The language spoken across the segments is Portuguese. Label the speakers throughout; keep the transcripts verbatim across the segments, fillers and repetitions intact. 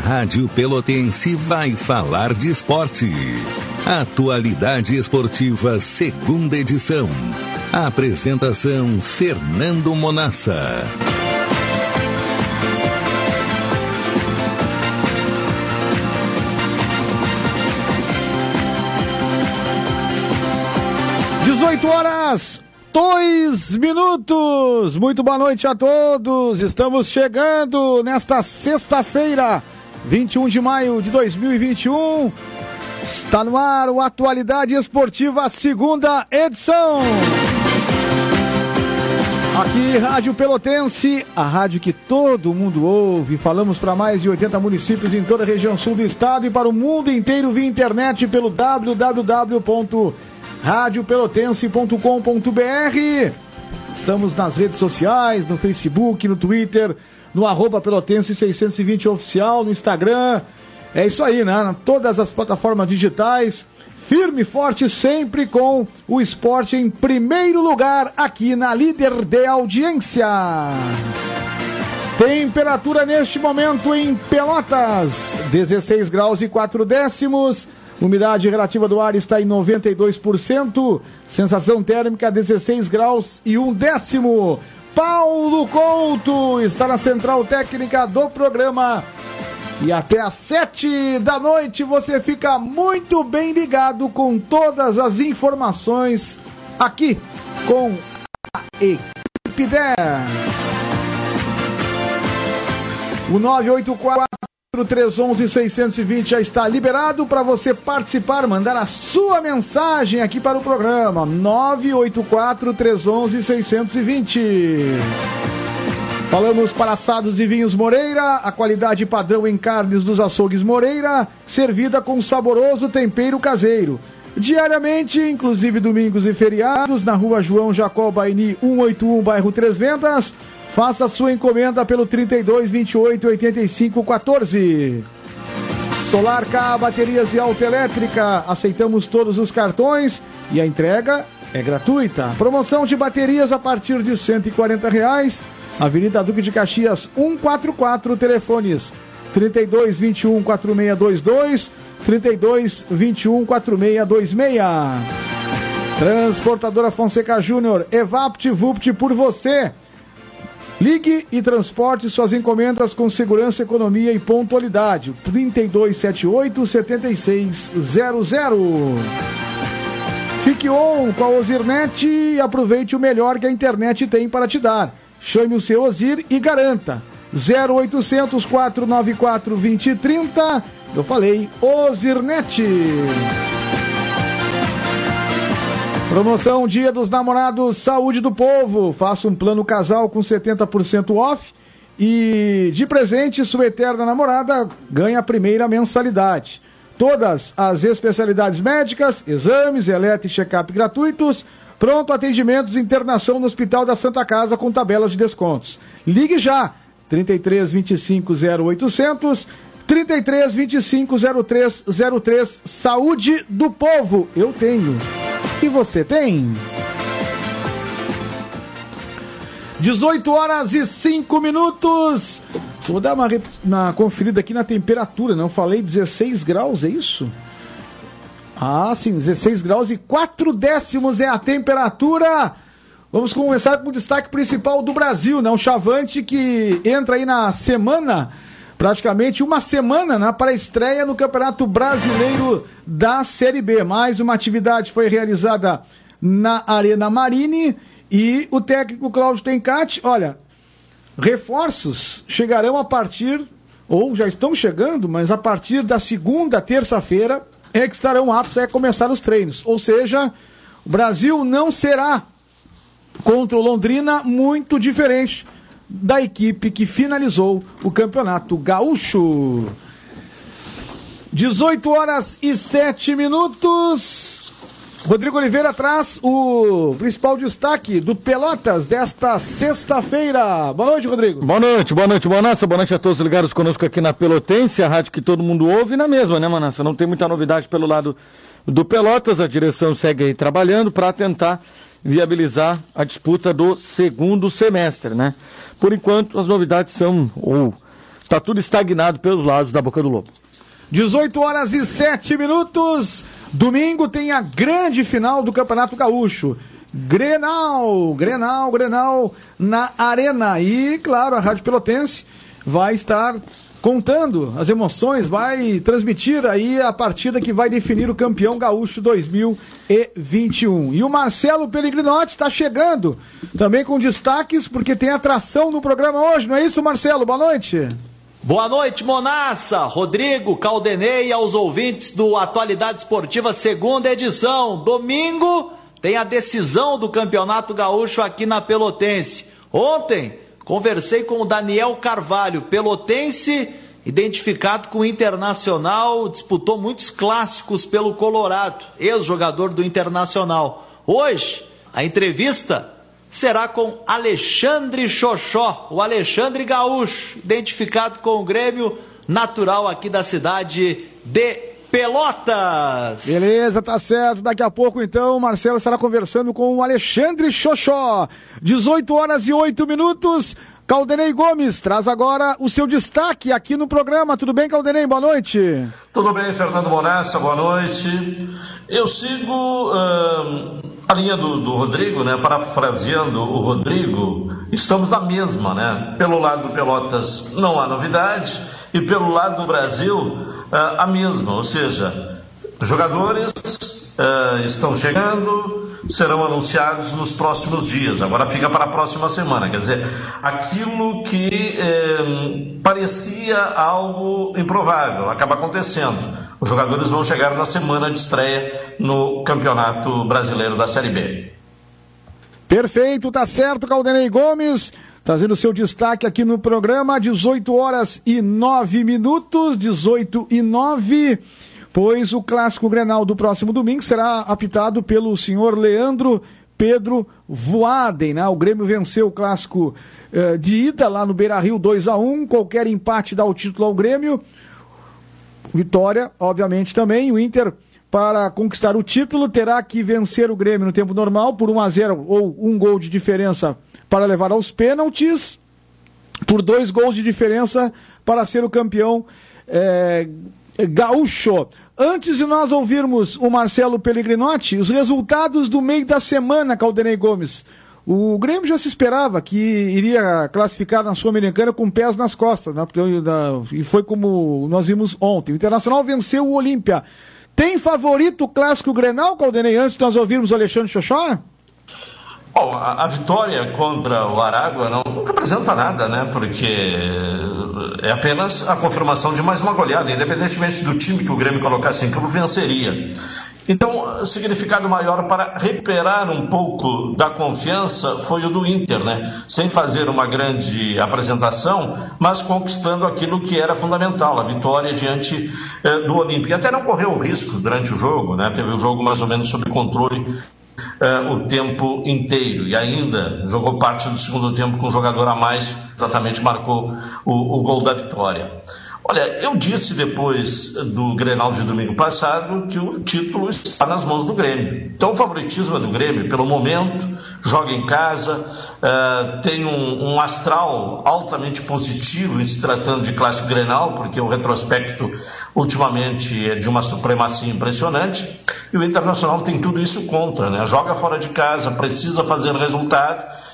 Speaker 1: Rádio Pelotense vai falar de esporte. Atualidade Esportiva, segunda edição. Apresentação Fernando Monassa.
Speaker 2: dezoito horas, dois minutos. Muito boa noite a todos. Estamos chegando nesta sexta-feira, vinte e um de maio de dois mil e vinte e um. Está no ar o Atualidade Esportiva, segunda edição. Aqui, Rádio Pelotense, a rádio que todo mundo ouve. Falamos para mais de oitenta municípios em toda a região sul do estado e para o mundo inteiro via internet pelo w w w ponto rádio pelotense ponto com ponto b r. Estamos nas redes sociais, no Facebook, no Twitter, no arroba Pelotense seiscentos e vinte oficial, no Instagram. É isso aí, né? Todas as plataformas digitais, firme e forte, sempre com o esporte em primeiro lugar aqui na líder de audiência. Temperatura neste momento em Pelotas, dezesseis graus e quatro décimos. Umidade relativa do ar está em noventa e dois por cento. Sensação térmica dezesseis graus e um décimo. Paulo Couto está na central técnica do programa. E até às sete da noite você fica muito bem ligado com todas as informações aqui com a Equipe dez. O nove oito quatro, três um um, seis dois zero já está liberado para você participar, mandar a sua mensagem aqui para o programa. nove oito quatro, três um um, seis dois zero. Falamos para assados e vinhos Moreira, a qualidade padrão em carnes dos açougues Moreira, servida com saboroso tempero caseiro. Diariamente, inclusive domingos e feriados, na rua João Jacó Baini, cento e oitenta e um, bairro Três Vendas. Faça sua encomenda pelo trinta e dois, vinte e oito, oitenta e cinco, quatorze. Solar K, baterias e autoelétrica, aceitamos todos os cartões e a entrega é gratuita. Promoção de baterias a partir de cento e quarenta reais. Avenida Duque de Caxias, cento e quarenta e quatro, telefones trinta e dois, vinte e um, quarenta e seis vinte e dois, trinta e dois, vinte e um, quarenta e seis vinte e seis. Transportadora Fonseca Júnior, Evapt Vupt por você. Ligue e transporte suas encomendas com segurança, economia e pontualidade. trinta e dois, setenta e oito, setenta e seis zero zero. Fique on com a Ozirnet e aproveite o melhor que a internet tem para te dar. Chame o seu Ozir e garanta. zero oitocentos, quatrocentos e noventa e quatro, vinte e trinta. Eu falei Ozirnet. Promoção Dia dos Namorados Saúde do Povo. Faça um plano casal com setenta por cento off. E de presente, sua eterna namorada ganha a primeira mensalidade. Todas as especialidades médicas, exames, eletro e check-up gratuitos. Pronto atendimentos, internação no Hospital da Santa Casa com tabelas de descontos. Ligue já, trinta e três, vinte e cinco, zero oitocentos, trinta e três, vinte e cinco, zero três zero três. Saúde do Povo, eu tenho. E você tem? dezoito horas e cinco minutos. Vou dar uma, uma conferida aqui na temperatura, não falei dezesseis graus, é isso? Ah, sim, dezesseis graus e quatro décimos é a temperatura. Vamos começar com o destaque principal do Brasil, né? Um Chavante que entra aí na semana, praticamente uma semana, né, para a estreia no Campeonato Brasileiro da Série B. Mais uma atividade foi realizada na Arena Marine e o técnico Cláudio Tencati, olha, reforços chegarão a partir, ou já estão chegando, mas a partir da segunda, terça-feira, é que estarão aptos a começar os treinos. Ou seja, o Brasil não será, contra o Londrina, muito diferente da equipe que finalizou o Campeonato Gaúcho. dezoito horas e sete minutos. Rodrigo Oliveira traz o principal destaque do Pelotas desta sexta-feira. Boa noite, Rodrigo.
Speaker 3: Boa noite, boa noite, Manassa. Boa noite a todos ligados conosco aqui na Pelotense, a rádio que todo mundo ouve na mesma, né, Manassa? Não tem muita novidade pelo lado do Pelotas. A direção segue aí trabalhando para tentar viabilizar a disputa do segundo semestre, né? Por enquanto, as novidades são, ou Tá tudo estagnado pelos lados da Boca do Lobo.
Speaker 2: dezoito horas e sete minutos. Domingo tem a grande final do Campeonato Gaúcho. Grenal, Grenal, Grenal na Arena. E, claro, a Rádio Pelotense vai estar contando as emoções, vai transmitir aí a partida que vai definir o campeão gaúcho dois mil e vinte e um. E o Marcelo Pellegrinotti está chegando também com destaques, porque tem atração no programa hoje, não é isso, Marcelo? Boa noite.
Speaker 4: Boa noite, Monassa, Rodrigo, Caldenei e aos ouvintes do Atualidade Esportiva, segunda edição. Domingo tem a decisão do Campeonato Gaúcho aqui na Pelotense. Ontem conversei com o Daniel Carvalho, pelotense, identificado com o Internacional, disputou muitos clássicos pelo Colorado, ex-jogador do Internacional. Hoje, a entrevista será com Alexandre Xoxó, o Alexandre Gaúcho, identificado com o Grêmio, natural aqui da cidade de Pelotas.
Speaker 2: Beleza, tá certo. Daqui a pouco, então, o Marcelo estará conversando com o Alexandre Xoxó. dezoito horas e oito minutos. Caldenei Gomes traz agora o seu destaque aqui no programa. Tudo bem, Caldenei? Boa noite.
Speaker 5: Tudo bem, Fernando Monassa, boa noite. Eu sigo uh, a linha do, do Rodrigo, né? Parafraseando o Rodrigo, estamos na mesma, né? Pelo lado do Pelotas não há novidade e pelo lado do Brasil uh, a mesma, ou seja, jogadores uh, estão chegando, serão anunciados nos próximos dias. Agora fica para a próxima semana. Quer dizer, aquilo que eh, parecia algo improvável acaba acontecendo. Os jogadores vão chegar na semana de estreia no Campeonato Brasileiro da Série B.
Speaker 2: Perfeito, tá certo, Caldenei Gomes, trazendo seu destaque aqui no programa. Dezoito horas e nove minutos, dezoito e nove. Pois o clássico Grenal do próximo domingo será apitado pelo senhor Leandro Pedro Voaden, né? O Grêmio venceu o clássico uh, de ida lá no Beira-Rio dois a um, qualquer empate dá o título ao Grêmio, vitória, obviamente também. O Inter, para conquistar o título, terá que vencer o Grêmio no tempo normal por um a zero ou um gol de diferença para levar aos pênaltis, por dois gols de diferença para ser o campeão eh, gaúcho. Antes de nós ouvirmos o Marcelo Pellegrinotti, os resultados do meio da semana, Caldenei Gomes. O Grêmio já se esperava que iria classificar na Sul-Americana com pés nas costas, né? Porque, e foi como nós vimos ontem. O Internacional venceu o Olímpia. Tem favorito o clássico Grenal, Caldenei, antes de nós ouvirmos o Alexandre Xoxó?
Speaker 5: Bom, a, a vitória contra o Aragua não, não representa nada, né? Porque é apenas a confirmação de mais uma goleada, independentemente do time que o Grêmio colocasse em campo, venceria. Então, significado maior para recuperar um pouco da confiança foi o do Inter, né? Sem fazer uma grande apresentação, mas conquistando aquilo que era fundamental, a vitória diante eh, do Olímpia. Até não correu o risco durante o jogo, né? Teve o jogo mais ou menos sob controle Uh, o tempo inteiro, e ainda jogou parte do segundo tempo com um jogador a mais, exatamente marcou o, o gol da vitória. Olha, eu disse depois do Grenal de domingo passado que o título está nas mãos do Grêmio. Então o favoritismo é do Grêmio, pelo momento, joga em casa, uh, tem um, um astral altamente positivo em se tratando de clássico Grenal, porque o retrospecto ultimamente é de uma supremacia impressionante, e o Internacional tem tudo isso contra, né? Joga fora de casa, precisa fazer resultado,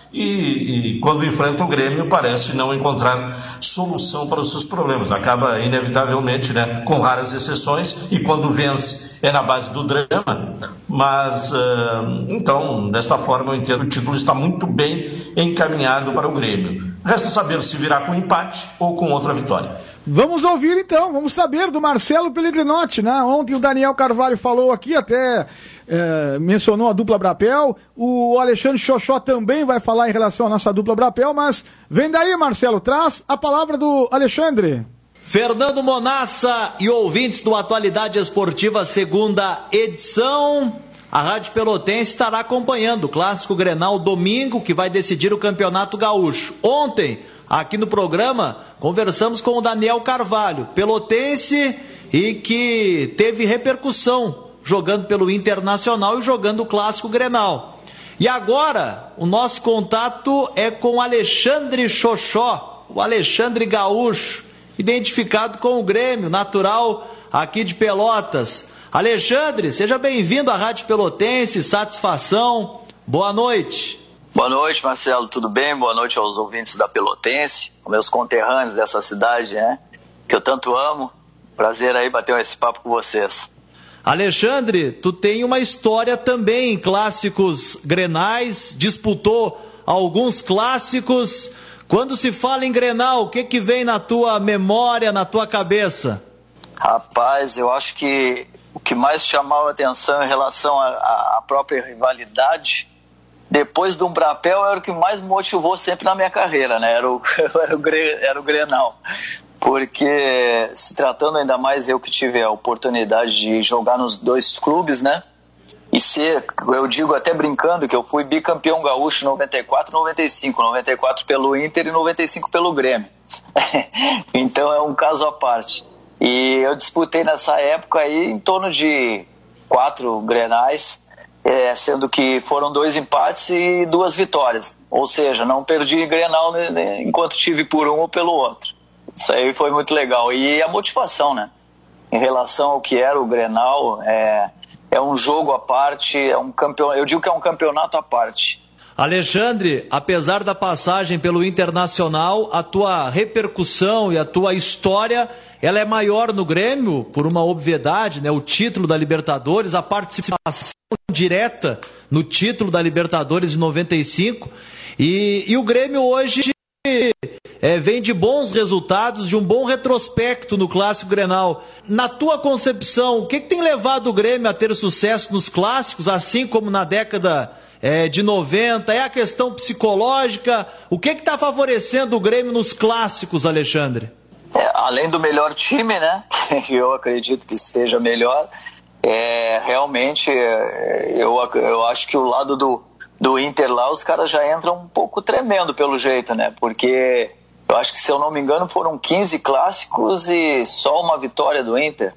Speaker 5: E, e quando enfrenta o Grêmio parece não encontrar solução para os seus problemas, acaba inevitavelmente, né, com raras exceções, e quando vence é na base do drama, mas uh, então desta forma eu entendo que o título está muito bem encaminhado para o Grêmio. Resta saber se virá com empate ou com outra vitória.
Speaker 2: Vamos ouvir então, vamos saber do Marcelo Pellegrinotti, né? Ontem o Daniel Carvalho falou aqui, até é, mencionou a dupla Brapel, o Alexandre Xoxó também vai falar em relação à nossa dupla Brapel, mas vem daí, Marcelo, traz a palavra do Alexandre.
Speaker 4: Fernando Monassa e ouvintes do Atualidade Esportiva, segunda edição. A Rádio Pelotense estará acompanhando o Clássico Grenal domingo, que vai decidir o Campeonato Gaúcho. Ontem, aqui no programa, conversamos com o Daniel Carvalho, pelotense, e que teve repercussão jogando pelo Internacional e jogando o Clássico Grenal. E agora, o nosso contato é com o Alexandre Xoxó, o Alexandre Gaúcho, identificado com o Grêmio, natural aqui de Pelotas. Alexandre, seja bem-vindo à Rádio Pelotense, satisfação, boa noite.
Speaker 6: Boa noite, Marcelo, tudo bem? Boa noite aos ouvintes da Pelotense, meus conterrâneos dessa cidade, né, que eu tanto amo. Prazer aí bater esse papo com vocês.
Speaker 4: Alexandre, tu tem uma história também em clássicos grenais, disputou alguns clássicos. Quando se fala em Grenal, o que que vem na tua memória, na tua cabeça?
Speaker 6: Rapaz, eu acho que o que mais chamava a atenção em relação à própria rivalidade, depois do Umbrapel, era o que mais motivou sempre na minha carreira, né? Era o, era o, era o Grenal. Porque, se tratando ainda mais eu que tive a oportunidade de jogar nos dois clubes, né? E ser, eu digo até brincando, que eu fui bicampeão gaúcho em noventa e quatro e noventa e cinco. noventa e quatro pelo Inter e noventa e cinco pelo Grêmio. Então é um caso à parte. E eu disputei nessa época aí em torno de quatro Grenais, é, sendo que foram dois empates e duas vitórias. Ou seja, não perdi Grenal né, enquanto tive por um ou pelo outro. Isso aí foi muito legal. E a motivação, né? Em relação ao que era o Grenal, é, é um jogo à parte, é um campeon... eu digo que é um campeonato à parte.
Speaker 4: Alexandre, apesar da passagem pelo Internacional, a tua repercussão e a tua história, ela é maior no Grêmio, por uma obviedade, né? O título da Libertadores, a participação direta no título da Libertadores de noventa e cinco. E, e o Grêmio hoje... É, vem de bons resultados, de um bom retrospecto no Clássico Grenal. Na tua concepção, o que, que tem levado o Grêmio a ter sucesso nos clássicos, assim como na década é, de noventa? É a questão psicológica? O que está favorecendo o Grêmio nos clássicos, Alexandre?
Speaker 6: É, além do melhor time, né? Eu acredito que esteja melhor. É, realmente, eu, eu acho que o lado do, do Inter lá, os caras já entram um pouco tremendo pelo jeito, né? Porque... eu acho que, se eu não me engano, foram quinze clássicos e só uma vitória do Inter.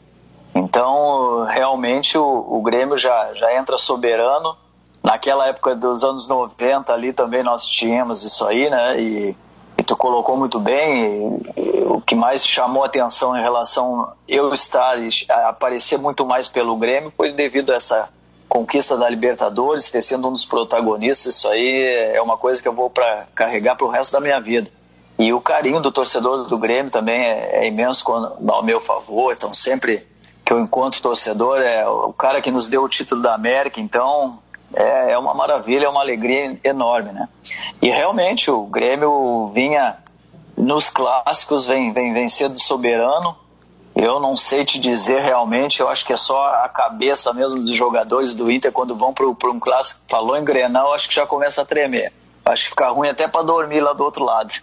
Speaker 6: Então, realmente, o, o Grêmio já, já entra soberano. Naquela época dos anos noventa ali também nós tínhamos isso aí, né? E, e tu colocou muito bem. E, e, o que mais chamou atenção em relação a eu estar e aparecer muito mais pelo Grêmio foi devido a essa conquista da Libertadores, ter sido um dos protagonistas. Isso aí é uma coisa que eu vou pra, carregar para o resto da minha vida. E o carinho do torcedor do Grêmio também é, é imenso quando, ao meu favor. Então, sempre que eu encontro torcedor, é o cara que nos deu o título da América. Então, é, é uma maravilha, é uma alegria enorme, né? E realmente, o Grêmio vinha nos clássicos, vem, vem, vem sendo soberano. Eu não sei te dizer realmente, eu acho que é só a cabeça mesmo dos jogadores do Inter, quando vão para um clássico, falou em Grenal, acho que já começa a tremer. Acho que fica ruim até para dormir lá do outro lado.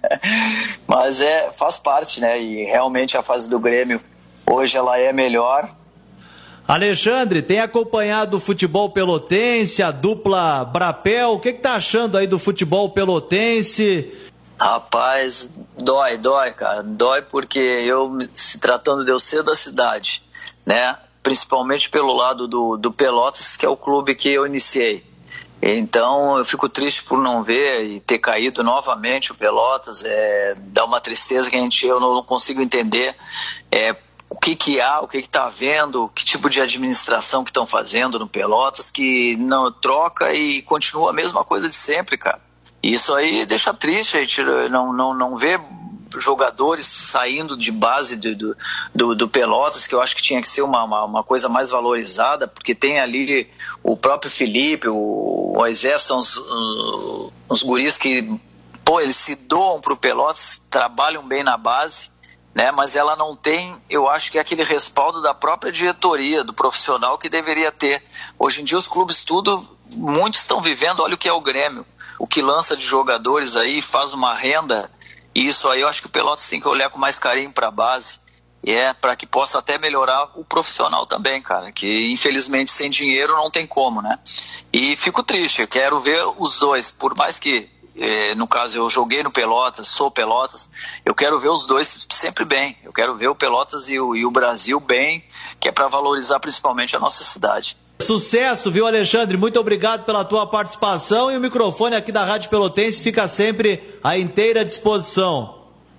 Speaker 6: Mas é, faz parte, né? E realmente a fase do Grêmio hoje ela é melhor.
Speaker 4: Alexandre, tem acompanhado o futebol pelotense, a dupla Brapel. O que que tá achando aí do futebol pelotense?
Speaker 6: Rapaz, dói, dói, cara. Dói porque eu, se tratando de eu ser da cidade, né? Principalmente pelo lado do, do Pelotas, que é o clube que eu iniciei. Então eu fico triste por não ver e ter caído novamente o Pelotas. É, dá uma tristeza que a gente, eu não consigo entender é, o que que há, o que que está havendo, que tipo de administração que estão fazendo no Pelotas, que não troca e continua a mesma coisa de sempre, cara. E isso aí deixa triste, a gente não, não, não vê jogadores saindo de base do, do, do Pelotas, que eu acho que tinha que ser uma, uma, uma coisa mais valorizada, porque tem ali o próprio Felipe, o Moisés, são os, os guris que, pô, eles se doam pro Pelotas, trabalham bem na base, né? Mas ela não tem, eu acho que é aquele respaldo da própria diretoria, do profissional que deveria ter. Hoje em dia os clubes tudo, muitos estão vivendo, olha o que é o Grêmio, o que lança de jogadores aí, faz uma renda. E isso aí eu acho que o Pelotas tem que olhar com mais carinho para a base, é, para que possa até melhorar o profissional também, cara, que infelizmente sem dinheiro não tem como, né? E fico triste, eu quero ver os dois, por mais que, eh, no caso eu joguei no Pelotas, sou Pelotas, eu quero ver os dois sempre bem, eu quero ver o Pelotas e o, e o Brasil bem, que é para valorizar principalmente a nossa cidade.
Speaker 4: Sucesso, viu, Alexandre? Muito obrigado pela tua participação e o microfone aqui da Rádio Pelotense fica sempre à inteira disposição.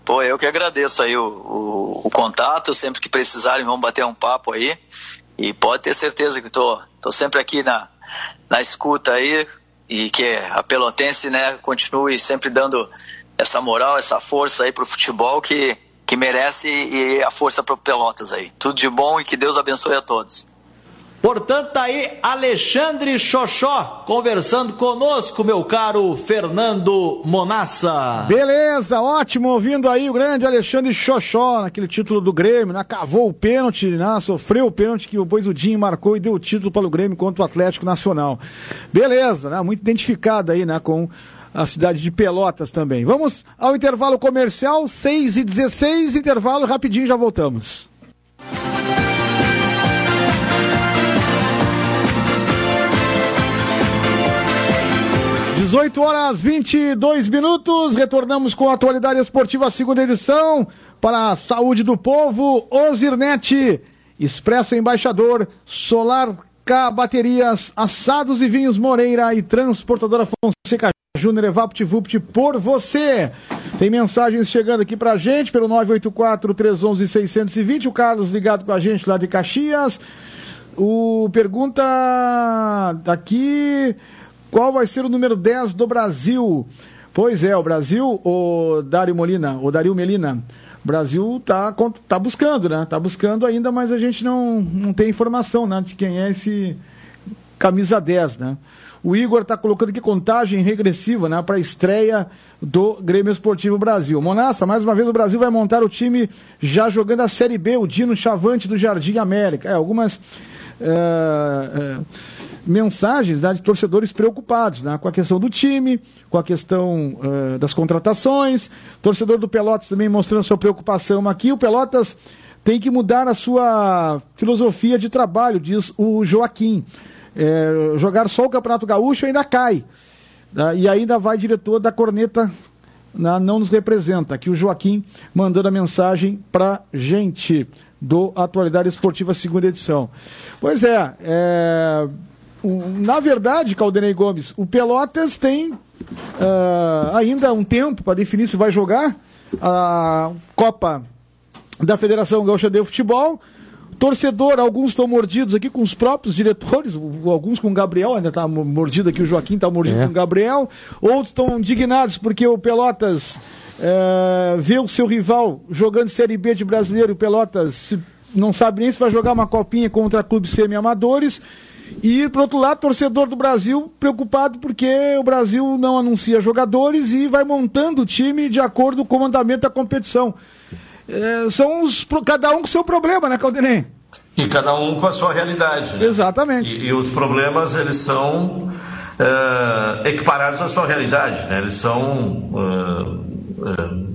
Speaker 6: Pô, eu que agradeço aí o, o, o contato, sempre que precisarem vamos bater um papo aí, e pode ter certeza que tô, tô sempre aqui na, na escuta aí, e que a Pelotense, né, continue sempre dando essa moral, essa força aí pro futebol que, que merece, e a força pro Pelotas aí. Tudo de bom e que Deus abençoe a todos.
Speaker 4: Portanto, tá aí Alexandre Xoxó conversando conosco, meu caro Fernando Monassa.
Speaker 2: Beleza, ótimo, ouvindo aí o grande Alexandre Xoxó, naquele título do Grêmio, né? Cavou o pênalti, né? Sofreu o pênalti que depois o Dinho marcou e deu o título para o Grêmio contra o Atlético Nacional. Beleza, né? Muito identificado aí, né? Com a cidade de Pelotas também. Vamos ao intervalo comercial, seis e dezesseis, intervalo rapidinho, já voltamos. dezoito horas e vinte e dois minutos, retornamos com a Atualidade Esportiva, segunda edição, para a saúde do povo, Ozirnet, Expresso Embaixador, Solar K Baterias, Assados e Vinhos Moreira e Transportadora Fonseca Júnior, EvaptVupt por você. Tem mensagens chegando aqui pra gente pelo nove oito quatro, três um um, seis dois zero, o Carlos ligado com a gente lá de Caxias. O pergunta daqui... Qual vai ser o número dez do Brasil? Pois é, o Brasil, o Dário Molina, o Dario Melina, o Brasil tá, tá buscando, né? Tá buscando ainda, mas a gente não, não tem informação, né, de quem é esse camisa dez, né? O Igor tá colocando aqui contagem regressiva, né, para a estreia do Grêmio Esportivo Brasil. Monassa, mais uma vez o Brasil vai montar o time já jogando a Série B, o Dino Chavante do Jardim América. É, algumas... Uh, uh, mensagens, né, de torcedores preocupados, né, com a questão do time, com a questão uh, das contratações. Torcedor do Pelotas também mostrando sua preocupação aqui. O Pelotas tem que mudar a sua filosofia de trabalho, diz o Joaquim. É, jogar só o Campeonato Gaúcho ainda cai, né, e ainda vai diretor da corneta, né, não nos representa. Aqui o Joaquim mandando a mensagem pra gente do Atualidade Esportiva, segunda edição. Pois é, é... na verdade, Caldenei Gomes, o Pelotas tem uh, ainda um tempo para definir se vai jogar a Copa da Federação Gaúcha de Futebol. Torcedor, alguns estão mordidos aqui com os próprios diretores, alguns com o Gabriel, ainda está mordido aqui, o Joaquim está mordido é. com o Gabriel. Outros estão indignados porque o Pelotas uh, vê o seu rival jogando Série B de brasileiro, o Pelotas não sabe nem se vai jogar uma copinha contra clubes semi-amadores. E, por outro lado, torcedor do Brasil preocupado porque o Brasil não anuncia jogadores e vai montando o time de acordo com o andamento da competição. É, são os, cada um com seu problema, né, Caldenei?
Speaker 5: E cada um com a sua realidade. Né?
Speaker 2: Exatamente.
Speaker 5: E, e os problemas, eles são uh, equiparados à sua realidade, né? Eles são uh, uh,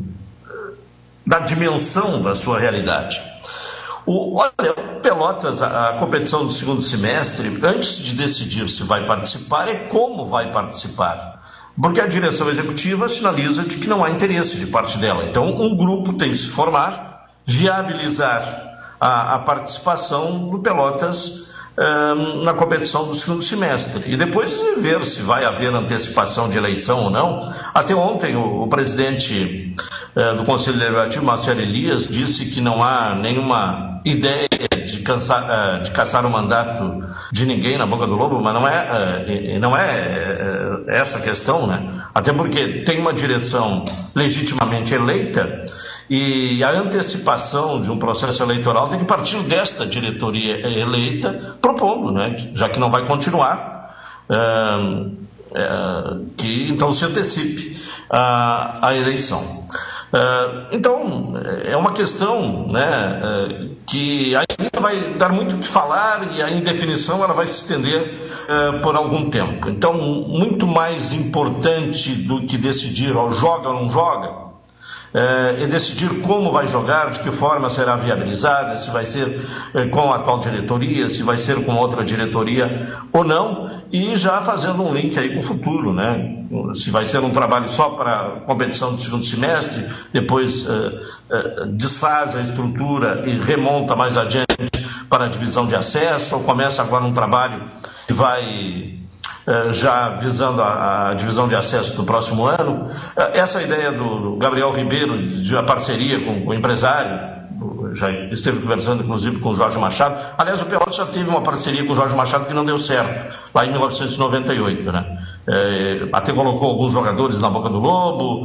Speaker 5: da dimensão da sua realidade. O, olha, Pelotas, a, a competição do segundo semestre, antes de decidir se vai participar, é como vai participar. Porque a direção executiva sinaliza de que não há interesse de parte dela. Então, um grupo tem que se formar, viabilizar a, a participação do Pelotas um, na competição do segundo semestre. E depois ver se vai haver antecipação de eleição ou não. Até ontem, o, o presidente uh, do Conselho Deliberativo, Marcelo Elias, disse que não há nenhuma ideia de, cansar, uh, de caçar o mandato de ninguém na boca do lobo, mas não é, uh, não é uh, essa a questão, né? Até porque tem uma direção legitimamente eleita e a antecipação de um processo eleitoral tem que partir desta diretoria eleita propondo, né? Já que não vai continuar, uh, uh, que então se antecipe a, a eleição. Uh, então, é uma questão, né, uh, que ainda vai dar muito o que falar e a indefinição ela vai se estender uh, por algum tempo. Então, muito mais importante do que decidir ó, joga ou não joga, é decidir como vai jogar, de que forma será viabilizada, se vai ser com a atual diretoria, se vai ser com outra diretoria ou não, e já fazendo um link aí com o futuro, né? Se vai ser um trabalho só para a competição do segundo semestre, depois uh, uh, desfaz a estrutura e remonta mais adiante para a divisão de acesso, ou começa agora um trabalho que vai já visando a, a divisão de acesso do próximo ano. Essa ideia do, do Gabriel Ribeiro, de a parceria com, com o empresário, já esteve conversando inclusive com o Jorge Machado. Aliás, o Pelotas já teve uma parceria com o Jorge Machado que não deu certo, lá em mil novecentos e noventa e oito, né? É, até colocou alguns jogadores na boca do lobo,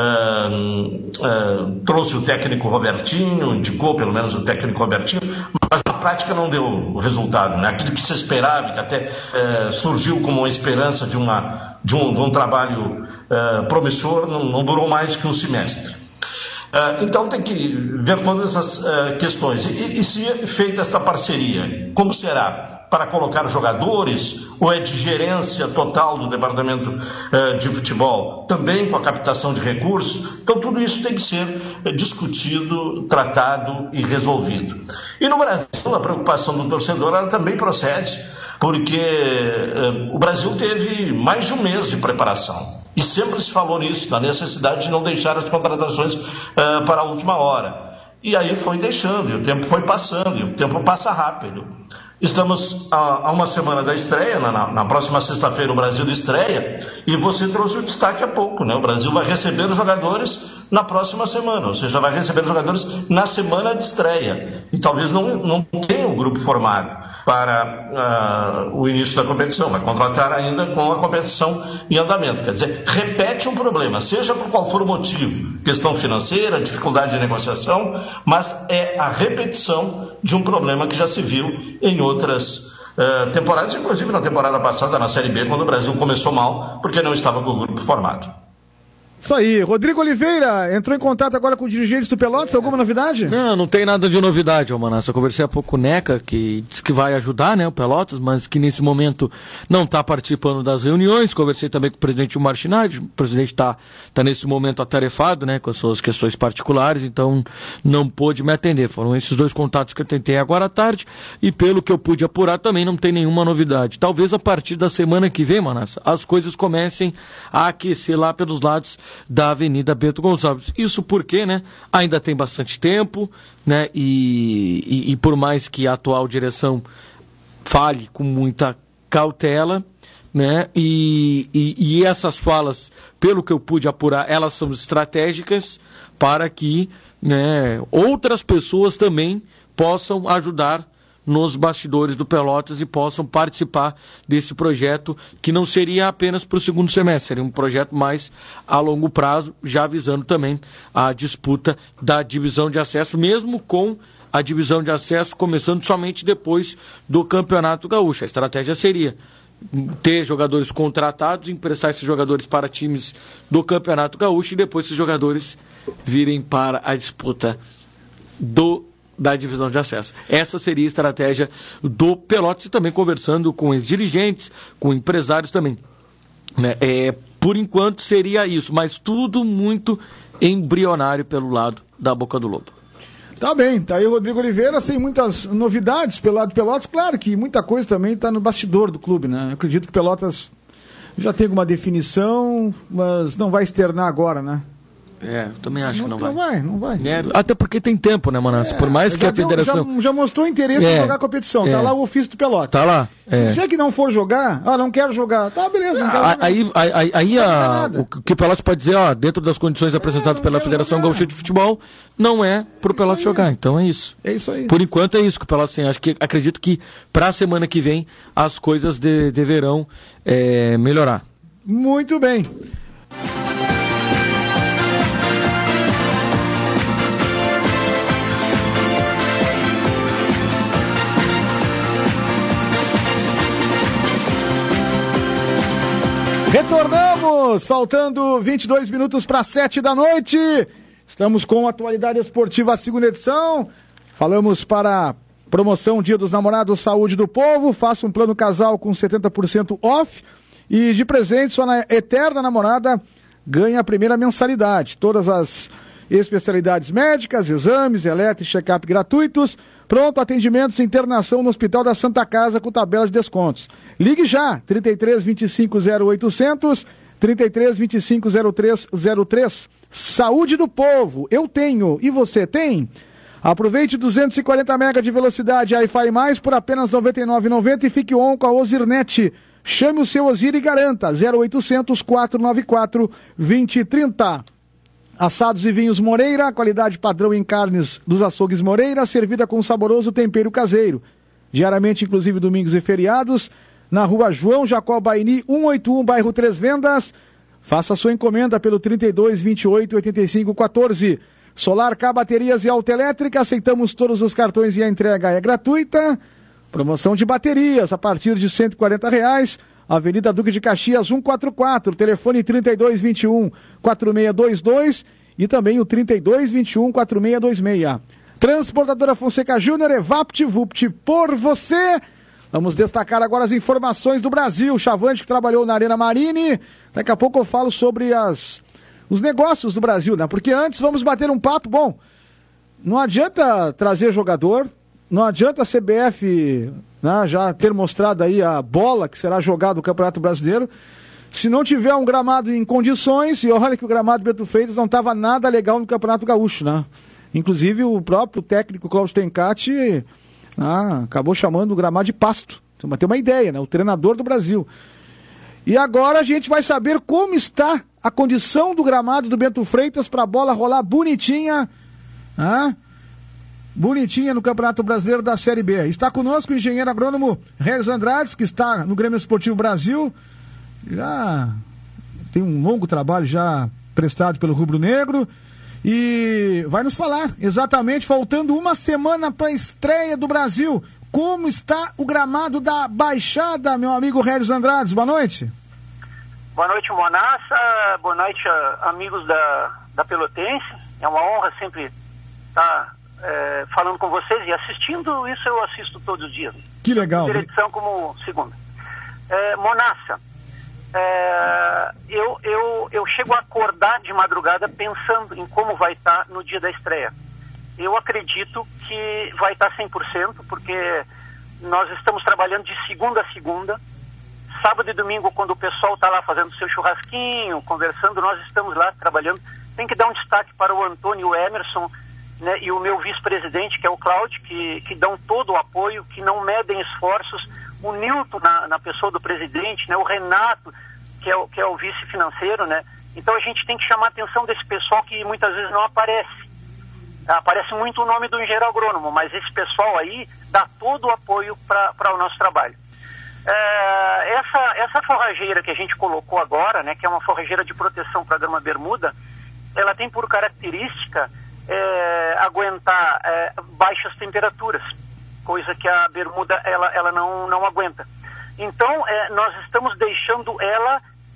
Speaker 5: é, é, trouxe o técnico Robertinho, indicou pelo menos o técnico Robertinho, mas na prática não deu resultado, né? Aquilo que se esperava, que até é, surgiu como uma esperança de, uma, de, um, de um trabalho é, promissor, não, não durou mais que um semestre. Uh, então tem que ver todas essas uh, questões. E, e se é feita esta parceria, como será? Para colocar jogadores ou é de gerência total do departamento uh, de futebol? Também com a captação de recursos? Então tudo isso tem que ser uh, discutido, tratado e resolvido. E no Brasil a preocupação do torcedor ela também procede, porque uh, o Brasil teve mais de um mês de preparação. E sempre se falou nisso, na necessidade de não deixar as contratações uh, para a última hora. E aí foi deixando, e o tempo foi passando, e o tempo passa rápido. Estamos a, a uma semana da estreia, na, na próxima sexta-feira o Brasil estreia, e você trouxe o destaque há pouco, né? O Brasil vai receber os jogadores na próxima semana, ou seja, vai receber os jogadores na semana de estreia. E talvez não, não tenha o grupo formado para uh, o início da competição, vai contratar ainda com a competição em andamento. Quer dizer, repete um problema, seja por qual for o motivo, questão financeira, dificuldade de negociação, mas é a repetição de um problema que já se viu em outras uh, temporadas, inclusive na temporada passada, na Série B, quando o Brasil começou mal, porque não estava com o grupo formado.
Speaker 2: Isso aí. Rodrigo Oliveira entrou em contato agora com os dirigentes do Pelotas. Alguma novidade?
Speaker 3: Não, não tem nada de novidade, Almanassa. Eu conversei há pouco com o Neca, que disse que vai ajudar, né, o Pelotas, mas que nesse momento não está participando das reuniões. Conversei também com o presidente Marchinardi. O presidente está tá nesse momento atarefado, né, com as suas questões particulares, então não pôde me atender. Foram esses dois contatos que eu tentei agora à tarde, e pelo que eu pude apurar também não tem nenhuma novidade. Talvez a partir da semana que vem, Manassa, as coisas comecem a aquecer lá pelos lados da Avenida Bento Gonçalves. Isso porque, né, ainda tem bastante tempo, né, e, e, e por mais que a atual direção fale com muita cautela, né, e, e, e essas falas, pelo que eu pude apurar, elas são estratégicas para que, né, outras pessoas também possam ajudar nos bastidores do Pelotas e possam participar desse projeto, que não seria apenas para o segundo semestre, seria um projeto mais a longo prazo, já visando também a disputa da divisão de acesso, mesmo com a divisão de acesso começando somente depois do Campeonato Gaúcho. A estratégia seria ter jogadores contratados, emprestar esses jogadores para times do Campeonato Gaúcho e depois esses jogadores virem para a disputa do da divisão de acesso. Essa seria a estratégia do Pelotas, e também conversando com os dirigentes, com empresários também. Né? É, por enquanto seria isso, mas tudo muito embrionário pelo lado da Boca do Lobo.
Speaker 2: Tá bem, tá aí o Rodrigo Oliveira, sem muitas novidades pelo lado do Pelotas. Claro que muita coisa também está no bastidor do clube, né? Eu acredito que Pelotas já tem alguma definição, mas não vai externar agora, né?
Speaker 3: É, eu também acho
Speaker 2: não,
Speaker 3: que não vai.
Speaker 2: Não vai, não vai.
Speaker 3: É, até porque tem tempo, né, Manassa? É, Por mais que a federação...
Speaker 2: Já, já mostrou interesse é, em jogar a competição. É, tá lá o ofício do Pelotas.
Speaker 3: Tá lá.
Speaker 2: Se é. você que não for jogar, ah, não quero jogar. Tá, beleza, não quero
Speaker 3: ah,
Speaker 2: jogar.
Speaker 3: Aí, aí, aí não a, o que o Pelotas pode dizer, ó, dentro das condições apresentadas é, pela Federação Gaúcha de Futebol, não é pro Pelotas jogar. Então é isso.
Speaker 2: É isso aí.
Speaker 3: Por enquanto é isso que o Pelotas tem. Acho que, acredito que pra semana que vem as coisas de, deverão é, melhorar.
Speaker 2: Muito bem. Retornamos, faltando vinte e dois minutos para sete da noite. Estamos com a Atualidade Esportiva, a segunda edição. Falamos para promoção Dia dos Namorados, Saúde do Povo. Faça um plano casal com setenta por cento off. E de presente, só na Eterna Namorada ganha a primeira mensalidade. Todas as especialidades médicas, exames, eletro e check-up gratuitos. Pronto, atendimentos e internação no Hospital da Santa Casa com tabela de descontos. Ligue já, trinta e três, vinte e cinco, zero oitocentos, trinta e três, vinte e cinco, zero três zero três. Saúde do Povo, eu tenho, e você tem? Aproveite duzentos e quarenta megabytes de velocidade Wi-Fi mais por apenas noventa e nove reais e noventa centavos e fique on com a Ozirnet. Chame o seu Ozir e garanta. zero oitocentos, quatrocentos e noventa e quatro, vinte e trinta. Assados e vinhos Moreira, qualidade padrão em carnes dos açougues Moreira, servida com saboroso tempero caseiro. Diariamente, inclusive domingos e feriados, na rua João Jacó Baini, cento e oitenta e um, bairro Três Vendas. Faça sua encomenda pelo trinta e dois, vinte e oito, oitenta e cinco, quatorze. Solar K Baterias e Autoelétrica, aceitamos todos os cartões e a entrega é gratuita. Promoção de baterias a partir de cento e quarenta reais. Avenida Duque de Caxias cento e quarenta e quatro, telefone trinta e dois, vinte e um, quarenta e seis vinte e dois e também o trinta e dois, vinte e um, quarenta e seis vinte e seis. Transportadora Fonseca Júnior, Evapt Vupt por você. Vamos destacar agora as informações do Brasil. Chavante que trabalhou na Arena Marine. Daqui a pouco eu falo sobre as, os negócios do Brasil, né? Porque antes vamos bater um papo. Bom, não adianta trazer jogador, não adianta a C B F, né, já ter mostrado aí a bola que será jogada no Campeonato Brasileiro. Se não tiver um gramado em condições, e olha que o gramado Bento Freitas não estava nada legal no Campeonato Gaúcho, né? Inclusive o próprio técnico Cláudio Tencati ah, acabou chamando o gramado de pasto. Para ter uma ideia, né? O treinador do Brasil. E agora a gente vai saber como está a condição do gramado do Bento Freitas para a bola rolar bonitinha, ah, bonitinha no Campeonato Brasileiro da Série B. Está conosco o engenheiro agrônomo Regis Andrades, que está no Grêmio Esportivo Brasil. Já tem um longo trabalho já prestado pelo Rubro Negro. E vai nos falar, exatamente, faltando uma semana para a estreia do Brasil, como está o gramado da Baixada, meu amigo Regis Andrades. Boa noite.
Speaker 7: Boa noite, Monassa. Boa noite, amigos da, da Pelotense. É uma honra sempre estar é, falando com vocês e assistindo. Isso eu assisto todos os dias.
Speaker 2: Que legal.
Speaker 7: Primeira edição como segunda. É, Monassa, é, eu, eu, eu chego a acordar de madrugada pensando em como vai estar no dia da estreia. Eu acredito que vai estar cem por cento, porque nós estamos trabalhando de segunda a segunda. Sábado e domingo, quando o pessoal está lá fazendo seu churrasquinho, conversando, nós estamos lá trabalhando. Tem que dar um destaque para o Antônio, o Emerson, né, e o meu vice-presidente, que é o Cláudio, que, que dão todo o apoio, que não medem esforços. O Nilton, na, na pessoa do presidente, né, o Renato, que é o, que é o vice-financeiro, né? Então a gente tem que chamar a atenção desse pessoal que muitas vezes não aparece. Aparece muito o nome do engenheiro agrônomo, mas esse pessoal aí dá todo o apoio para o nosso trabalho. É, essa, essa forrageira que a gente colocou agora, né, que é uma forrageira de proteção para a grama bermuda, ela tem por característica é, aguentar é, baixas temperaturas, coisa que a bermuda ela, ela não, não aguenta. Então, é, nós estamos deixando ela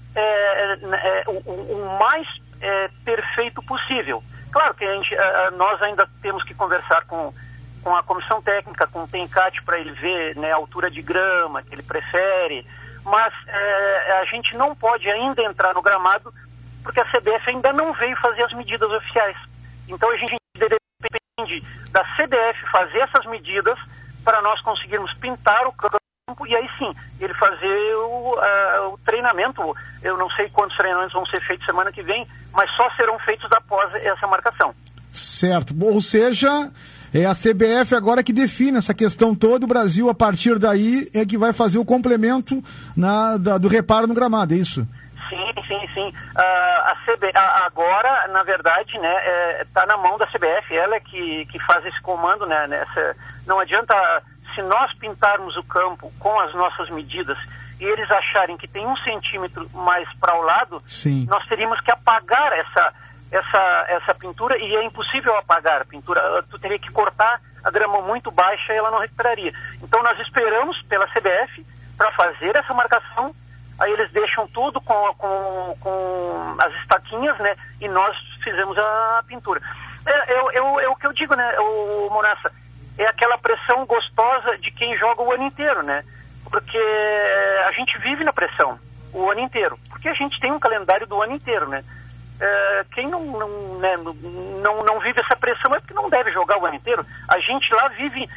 Speaker 7: é, é, o, o mais é, perfeito possível. Claro que a gente, a, nós ainda temos que conversar com, com a comissão técnica, com o Tencati, para ele ver, né, a altura de grama que ele prefere, mas é, a gente não pode ainda entrar no gramado porque a C B F ainda não veio fazer as medidas oficiais. Então a gente depende da C B F fazer essas medidas para nós conseguirmos pintar o campo e aí sim, ele fazer o, uh, o treinamento. Eu não sei quantos treinamentos vão ser feitos semana que vem, mas só serão feitos após essa marcação.
Speaker 2: Certo, ou seja, é a C B F agora que define essa questão toda. O Brasil, a partir daí, é que vai fazer o complemento na, da, do reparo no gramado, é isso?
Speaker 7: Sim, sim, sim. Uh, a C B, a, agora, na verdade, né, está é, na mão da C B F, ela é que, que faz esse comando, né, nessa, não adianta, se nós pintarmos o campo com as nossas medidas e eles acharem que tem um centímetro mais para o lado, sim, nós teríamos que apagar essa, essa, essa pintura, e é impossível apagar a pintura, tu teria que cortar a grama muito baixa e ela não recuperaria. Então nós esperamos pela C B F para fazer essa marcação. Aí eles deixam tudo com, com, com as estaquinhas, né? E nós fizemos a pintura. É, é, é, é o que eu digo, né, o Monassa? É aquela pressão gostosa de quem joga o ano inteiro, né? Porque a gente vive na pressão o ano inteiro. Porque a gente tem um calendário do ano inteiro, né? É, quem não, não, né, não, não vive essa pressão é porque não deve jogar o ano inteiro. A gente lá vive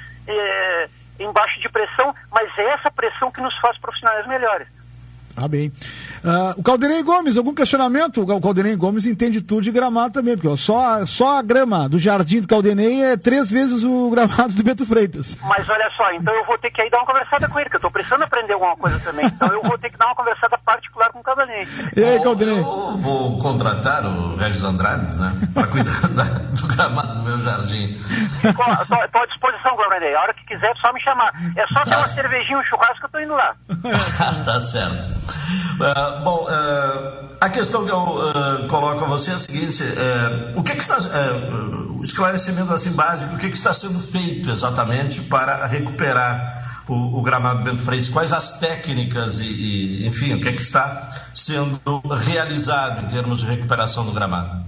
Speaker 7: é, embaixo de pressão, mas é essa pressão que nos faz profissionais melhores.
Speaker 2: Ah, bem. Uh, o Caldenei Gomes, algum questionamento? O Caldenei Gomes entende tudo de gramado também, porque ó, só, só a grama do Jardim do Caldenei é três vezes o gramado do Beto Freitas.
Speaker 7: Mas olha só, então eu vou ter que aí dar uma conversada com ele, que eu tô precisando aprender alguma coisa também. Então eu vou ter que dar uma conversada particular com o Caldenei.
Speaker 2: E aí, Caldenei?
Speaker 5: Eu vou contratar o Regis Andrades, né, para cuidar da, do gramado do meu jardim.
Speaker 7: Estou à disposição, Caldenei. A hora que quiser, é só me chamar. É só ter tá. uma cervejinha, um churrasco, que eu tô indo lá.
Speaker 5: Tá certo. Uh, bom, uh, a questão que eu uh, coloco a você é a seguinte: uh, o que, que está, uh, esclarecimento assim básico, o que, que está sendo feito exatamente para recuperar o, o gramado Bento Freitas? Quais as técnicas e, e, enfim, o que, que está sendo realizado em termos de recuperação do gramado?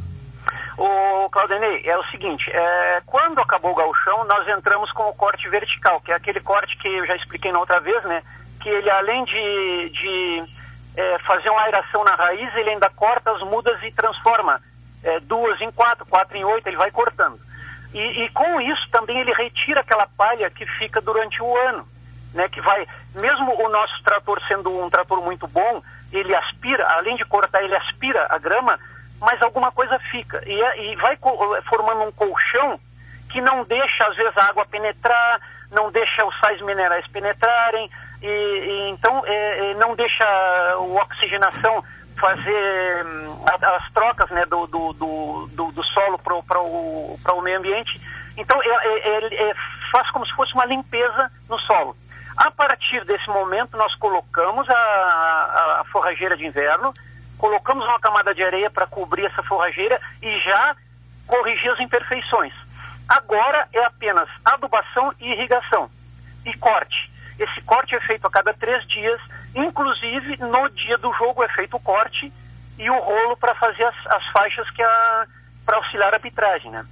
Speaker 7: O Claudinei, é o seguinte, é, quando acabou o gauchão, nós entramos com o corte vertical, que é aquele corte que eu já expliquei na outra vez, né? Que ele, além de, de é, fazer uma aeração na raiz, ele ainda corta as mudas e transforma é, duas em quatro, quatro em oito, ele vai cortando. E, e com isso também ele retira aquela palha que fica durante o ano, né? Que vai, mesmo o nosso trator sendo um trator muito bom, ele aspira, além de cortar, ele aspira a grama, mas alguma coisa fica. E, e vai formando um colchão que não deixa, às vezes, a água penetrar, não deixa os sais minerais penetrarem, e, e então é, é, não deixa a oxigenação fazer hum, as trocas, né, do, do, do, do, do solo para o, para o meio ambiente. Então é, é, é, faz como se fosse uma limpeza no solo. A partir desse momento nós colocamos a, a, a forrageira de inverno, colocamos uma camada de areia para cobrir essa forrageira e já corrigir as imperfeições. Agora é apenas adubação e irrigação e corte. Esse corte é feito a cada três dias, inclusive no dia do jogo é feito o corte e o rolo para fazer as, as faixas que a, para auxiliar a arbitragem, né?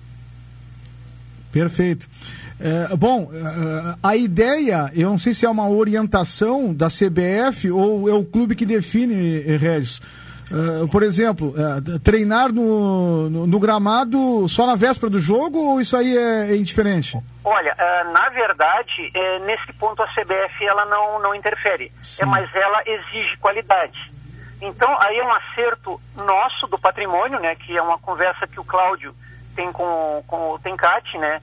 Speaker 2: Perfeito. É, bom, a ideia, eu não sei se é uma orientação da C B F ou é o clube que define, Regis. Uh, por exemplo, uh, treinar no, no, no gramado só na véspera do jogo ou isso aí é, é indiferente?
Speaker 7: Olha, uh, na verdade, é, nesse ponto a C B F ela não, não interfere, é, mas ela exige qualidade. Então, aí é um acerto nosso do patrimônio, né, que é uma conversa que o Cláudio tem com, com o Tencati, né,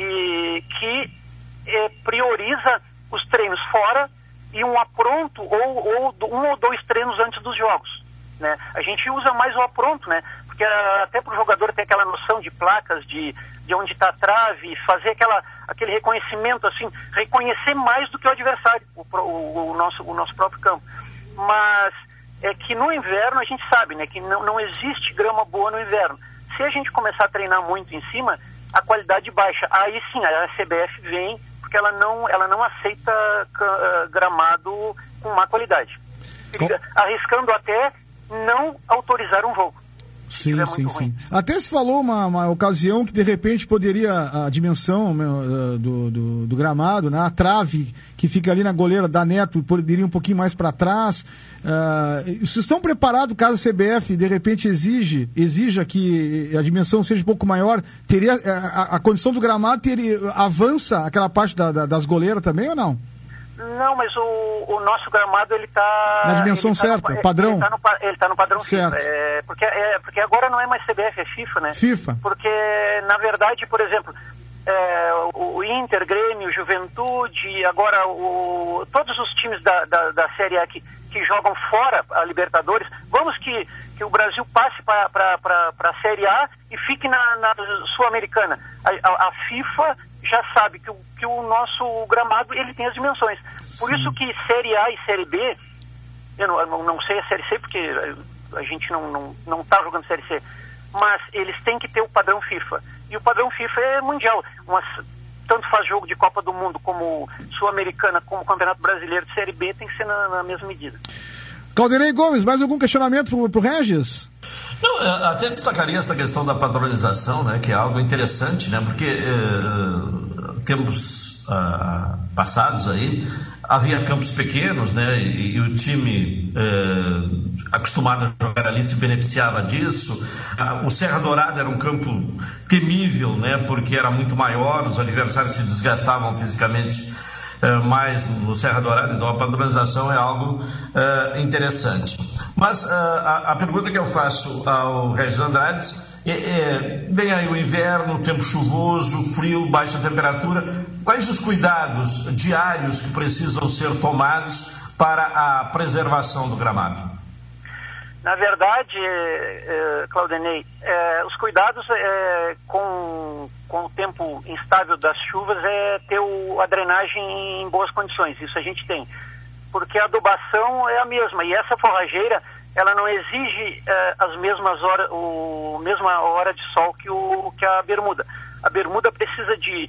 Speaker 7: e que é, prioriza os treinos fora e um apronto ou, ou um ou dois treinos antes dos jogos. Né? A gente usa mais o apronto, né? Porque até para o jogador ter aquela noção de placas, de, de onde está a trave, fazer aquela, aquele reconhecimento, assim, reconhecer mais do que o adversário, o, o, o, nosso, o nosso próprio campo. Mas é que no inverno a gente sabe, né, que não, não existe grama boa no inverno. Se a gente começar a treinar muito em cima, a qualidade baixa. Aí sim, a C B F vem, porque ela não, ela não aceita uh, gramado com má qualidade. Fica arriscando até não autorizar um jogo.
Speaker 2: Sim, sim, sim. Até se falou uma, uma ocasião que de repente poderia a dimensão meu, do, do, do gramado, né? A trave que fica ali na goleira da Neto poderia um pouquinho mais para trás. Uh, vocês estão preparados caso a C B F de repente exige, exija que a dimensão seja um pouco maior? Teria a, a condição do gramado teria, avança aquela parte da, da, das goleiras também ou não?
Speaker 7: Não, mas o, o nosso gramado ele está
Speaker 2: na dimensão
Speaker 7: tá
Speaker 2: certa,
Speaker 7: no,
Speaker 2: padrão.
Speaker 7: Ele está no, ele tá no padrão
Speaker 2: certo.
Speaker 7: FIFA. É, porque, é, porque agora não é mais C B F, é FIFA, né?
Speaker 2: FIFA.
Speaker 7: Porque, na verdade, por exemplo, é, o, o Inter, Grêmio, Juventude, agora o, todos os times da, da, da Série A que, que jogam fora a Libertadores, vamos que, que o Brasil passe para a Série A e fique na, na Sul-Americana. A, a, a FIFA já sabe que o, que o nosso gramado ele tem as dimensões. Por Sim. isso que Série A e Série B, eu não, eu não sei a Série C porque a gente não não não está jogando Série C, mas eles têm que ter o padrão FIFA. E o padrão FIFA é mundial. Umas, tanto faz jogo de Copa do Mundo como Sul-Americana, como Campeonato Brasileiro de Série B, tem que ser na, na mesma medida.
Speaker 2: Caldenei Gomes, mais algum questionamento para o Regis?
Speaker 5: Não, até destacaria essa questão da padronização, né, que é algo interessante, né, porque eh, tempos ah, passados aí havia campos pequenos, né, e, e o time eh, acostumado a jogar ali se beneficiava disso. Ah, o Serra Dourada era um campo temível, né, porque era muito maior, os adversários se desgastavam fisicamente mais no Serra Dourada, então a padronização é algo uh, interessante. Mas uh, a, a pergunta que eu faço ao Regis Andrades é, é, vem aí o inverno, tempo chuvoso, frio, baixa temperatura, quais os cuidados diários que precisam ser tomados para a preservação do gramado?
Speaker 7: Na verdade, eh, Claudinei, eh, os cuidados eh, com, com o tempo instável das chuvas é ter o, a drenagem em boas condições, isso a gente tem. Porque a adubação é a mesma, e essa forrageira, ela não exige eh, as mesmas horas, o mesma hora de sol que, o, que a bermuda. A bermuda precisa de,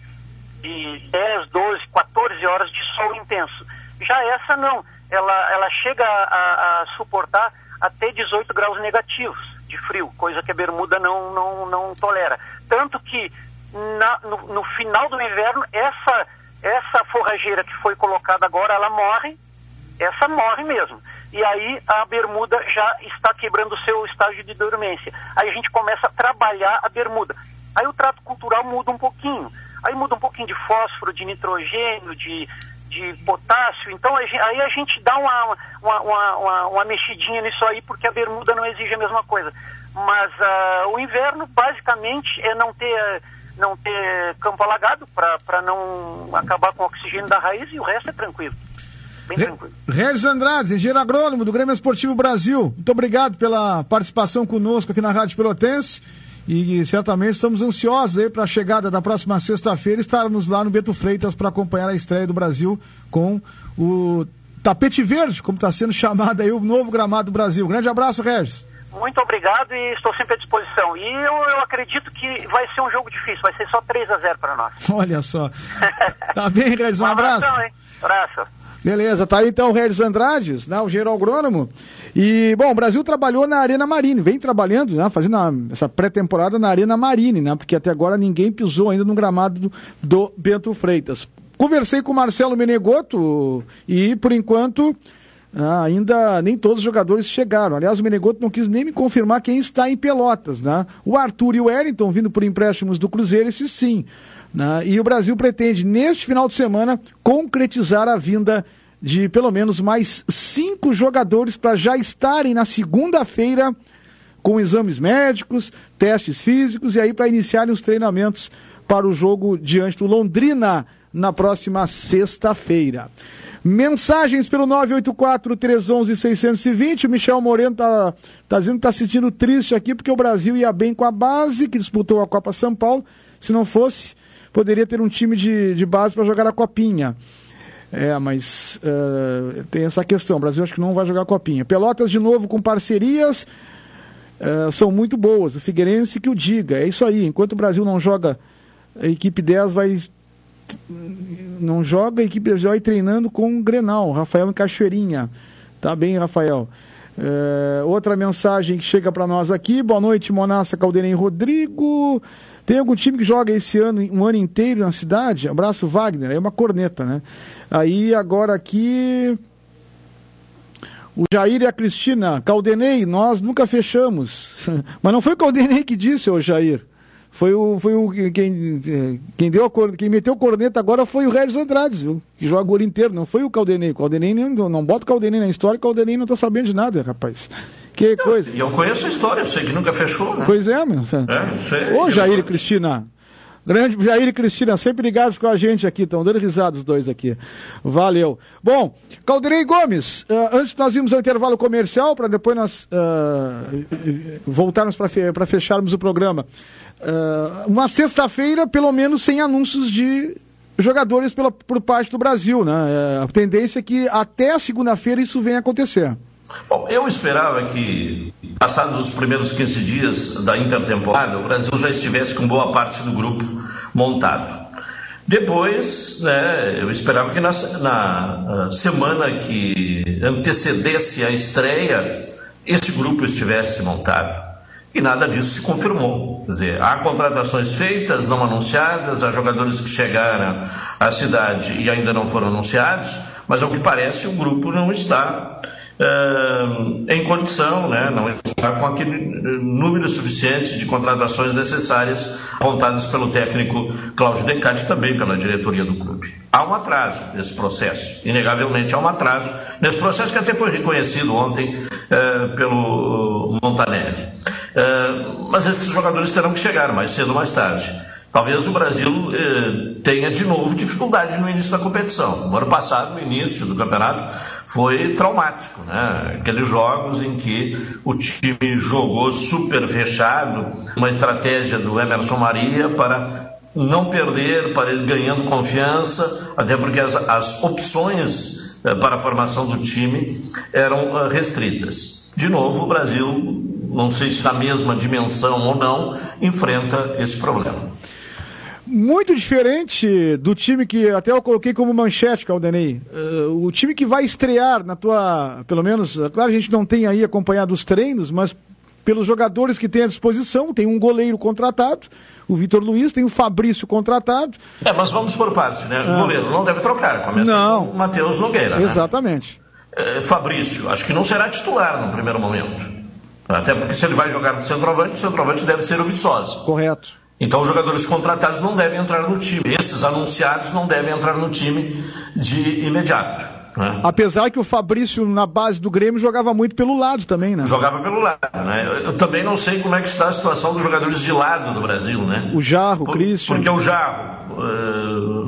Speaker 7: de dez, doze, quatorze horas de sol intenso. Já essa não, ela, ela chega a, a suportar até dezoito graus negativos de frio, coisa que a bermuda não, não, não tolera. Tanto que na, no, no final do inverno, essa, essa forrageira que foi colocada agora, ela morre, essa morre mesmo. E aí a bermuda já está quebrando o seu estágio de dormência. Aí a gente começa a trabalhar a bermuda. Aí o trato cultural muda um pouquinho. Aí muda um pouquinho de fósforo, de nitrogênio, de... de potássio, então aí a gente dá uma, uma, uma, uma, uma mexidinha nisso aí, porque a bermuda não exige a mesma coisa. Mas uh, o inverno, basicamente, é não ter, não ter campo alagado, para não acabar com o oxigênio da raiz, e o resto é tranquilo. Bem
Speaker 2: Re
Speaker 7: tranquilo.
Speaker 2: Regis Andrades, engenheiro agrônomo do Grêmio Esportivo Brasil, muito obrigado pela participação conosco aqui na Rádio Pelotense. E certamente estamos ansiosos aí para a chegada da próxima sexta-feira, estarmos lá no Bento Freitas para acompanhar a estreia do Brasil com o tapete verde, como está sendo chamado aí o novo gramado do Brasil. Grande abraço, Regis.
Speaker 7: Muito obrigado e estou sempre à disposição. E eu, eu acredito que vai ser um jogo difícil, vai ser só três a zero para nós.
Speaker 2: Olha só. Tá bem, Regis, um, um abraço.
Speaker 7: Abração, hein? Abraço.
Speaker 2: Beleza, tá aí então o Regis Andrades, né, o engenheiro agrônomo. E, bom, o Brasil trabalhou na Arena Marine, vem trabalhando, né, fazendo a, essa pré-temporada na Arena Marine, né, porque até agora ninguém pisou ainda no gramado do, do Bento Freitas. Conversei com o Marcelo Menegotto e, por enquanto, ah, ainda nem todos os jogadores chegaram. Aliás, o Menegotto não quis nem me confirmar quem está em Pelotas, né. O Arthur e o Wellington, vindo por empréstimos do Cruzeiro, esses sim. Né? E o Brasil pretende, neste final de semana, concretizar a vinda de pelo menos mais cinco jogadores para já estarem na segunda-feira com exames médicos, testes físicos e aí para iniciarem os treinamentos para o jogo diante do Londrina na próxima sexta-feira. Mensagens pelo nove oito quatro, três um um, seis dois zero. O Michel Moreno tá, tá dizendo que tá se sentindo triste aqui porque o Brasil ia bem com a base, que disputou a Copa São Paulo. Se não fosse, poderia ter um time de, de base para jogar a Copinha. É, mas uh, tem essa questão. O Brasil acho que não vai jogar a Copinha. Pelotas de novo com parcerias uh, são muito boas. O Figueirense que o diga. É isso aí. Enquanto o Brasil não joga, a equipe dez vai... Não joga, a equipe já vai treinando com o Grenal. Rafael em Cachoeirinha. Tá bem, Rafael. Uh, outra mensagem que chega para nós aqui. Boa noite, Monassa, Caldeirão e Rodrigo. Tem algum time que joga esse ano, um ano inteiro na cidade? Abraço, Wagner. É uma corneta, né? Aí, agora aqui... O Jair e a Cristina. Caldenei, nós nunca fechamos. Mas não foi o Caldenei que disse, ô Jair. Foi o... Foi o quem, quem, deu a cor, quem meteu a corneta agora foi o Regis Andrades, viu? Que joga o ano inteiro. Não foi o Caldenei. O Caldenei não, não bota o Caldenei na história. O Caldenei não tá sabendo de nada, rapaz. Que coisa.
Speaker 5: E eu conheço a história, eu sei que nunca fechou, né?
Speaker 2: Pois é, meu. É, sei. Ô, Jair e Cristina. Grande Jair e Cristina, sempre ligados com a gente aqui, estão dando risada os dois aqui. Valeu. Bom, Calderei Gomes, uh, antes nós vimos ao intervalo comercial, para depois nós uh, voltarmos para fe fecharmos o programa. Uh, uma sexta-feira, pelo menos, sem anúncios de jogadores pela, por parte do Brasil, né? Uh, a tendência é que até a segunda-feira isso venha acontecer.
Speaker 5: Bom, eu esperava que, passados os primeiros quinze dias da intertemporada, o Brasil já estivesse com boa parte do grupo montado. Depois, né, eu esperava que na, na semana que antecedesse a estreia, esse grupo estivesse montado. E nada disso se confirmou. Quer dizer, há contratações feitas, não anunciadas, há jogadores que chegaram à cidade e ainda não foram anunciados, mas ao que parece o grupo não está Uh, em condição, né, não está com aquele número suficiente de contratações necessárias apontadas pelo técnico Cláudio Dencati e também pela diretoria do clube. Há um atraso nesse processo, inegavelmente há um atraso nesse processo que até foi reconhecido ontem uh, pelo Montanelli. Uh, mas esses jogadores terão que chegar mais cedo ou mais tarde. Talvez o Brasil eh, tenha de novo dificuldade no início da competição. No ano passado, no início do campeonato, foi traumático, né? Aqueles jogos em que o time jogou super fechado, uma estratégia do Emerson Maria para não perder, para ele ganhando confiança, até porque as, as opções eh, para a formação do time eram eh, restritas. De novo, o Brasil, não sei se na mesma dimensão ou não, enfrenta esse problema.
Speaker 2: Muito diferente do time que até eu coloquei como manchete, Caldenei. Uh, o time que vai estrear na tua, pelo menos, claro, a gente não tem aí acompanhado os treinos, mas pelos jogadores que tem à disposição, tem um goleiro contratado, o Vitor Luiz, tem o Fabrício contratado.
Speaker 5: É, mas vamos por parte, né? O ah. goleiro não deve trocar, começa
Speaker 2: não.
Speaker 5: com o Matheus Nogueira,
Speaker 2: Exatamente.
Speaker 5: Né? É, Fabrício, acho que não será titular no primeiro momento. Até porque se ele vai jogar no centroavante, o centroavante deve ser o Viçosa.
Speaker 2: Correto.
Speaker 5: Então os jogadores contratados não devem entrar no time. Esses anunciados não devem entrar no time de imediato, né?
Speaker 2: Apesar que o Fabrício, na base do Grêmio, jogava muito pelo lado também, né?
Speaker 5: Jogava pelo lado, né? Eu, eu também não sei como é que está a situação dos jogadores de lado do Brasil, né?
Speaker 2: O Jarro,
Speaker 5: Por,
Speaker 2: o Christian.
Speaker 5: Porque o Jarro uh,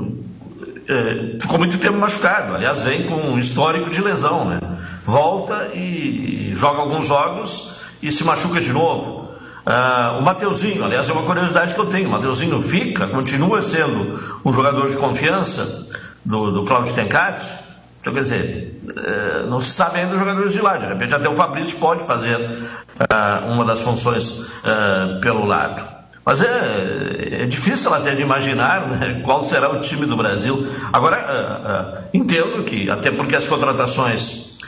Speaker 5: uh, ficou muito tempo machucado. Aliás, vem com um histórico de lesão, né? Volta e, e joga alguns jogos e se machuca de novo. Uh, o Mateuzinho, aliás, é uma curiosidade que eu tenho. O Mateuzinho fica, continua sendo um jogador de confiança do, do Cláudio Tencati. Então, quer dizer, uh, não se sabe ainda dos jogadores de lá. De repente, até o Fabrício pode fazer uh, uma das funções uh, pelo lado. Mas é, é difícil até de imaginar, né, qual será o time do Brasil. Agora, uh, uh, entendo que, até porque as contratações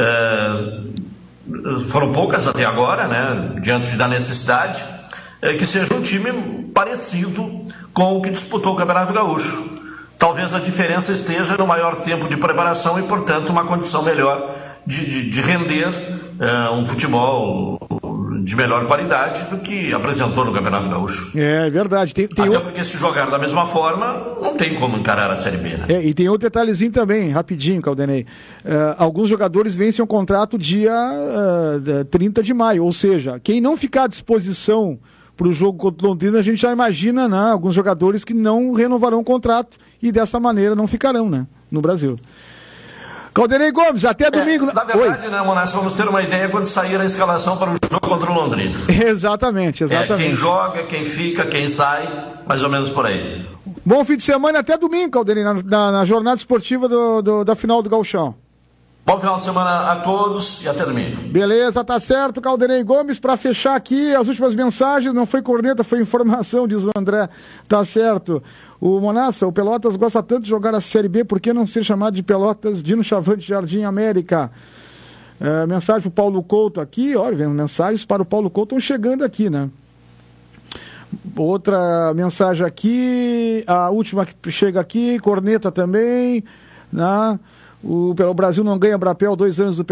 Speaker 5: Uh, foram poucas até agora, né, diante da necessidade, é, que seja um time parecido com o que disputou o Campeonato Gaúcho. Talvez a diferença esteja no maior tempo de preparação e, portanto, uma condição melhor de, de, de render é, um futebol de melhor qualidade do que apresentou no Campeonato Gaúcho.
Speaker 2: É, é verdade. Tem, tem
Speaker 5: Até
Speaker 2: o...
Speaker 5: porque se jogar da mesma forma, não tem como encarar a Série B, né?
Speaker 2: É, e tem outro detalhezinho também, rapidinho, Caldenei. Uh, alguns jogadores vencem o contrato dia uh, trinta de maio, ou seja, quem não ficar à disposição para o jogo contra o Londrina, a gente já imagina, né, alguns jogadores que não renovarão o contrato e dessa maneira não ficarão, né, no Brasil. Caldenei Gomes, até domingo.
Speaker 5: É, na verdade, Oi. né, Monassa, vamos ter uma ideia quando sair a escalação para o jogo contra o Londrina.
Speaker 2: Exatamente, exatamente.
Speaker 5: É, quem joga, quem fica, quem sai, mais ou menos por aí.
Speaker 2: Bom fim de semana, até domingo, Caldenei, na, na, na jornada esportiva do, do, da final do Gauchão.
Speaker 5: Bom final de semana a todos e até domingo.
Speaker 2: Beleza, tá certo, Caldenei Gomes, para fechar aqui as últimas mensagens, não foi corneta, foi informação, diz o André, tá certo. O Monassa, o Pelotas gosta tanto de jogar a Série B, por que não ser chamado de Pelotas Dino Chavante Jardim América? É, mensagem para o Paulo Couto aqui, olha, vem mensagens para o Paulo Couto estão chegando aqui, né? Outra mensagem aqui, a última que chega aqui, corneta também, né? O, o Brasil não ganha Brapel dois anos do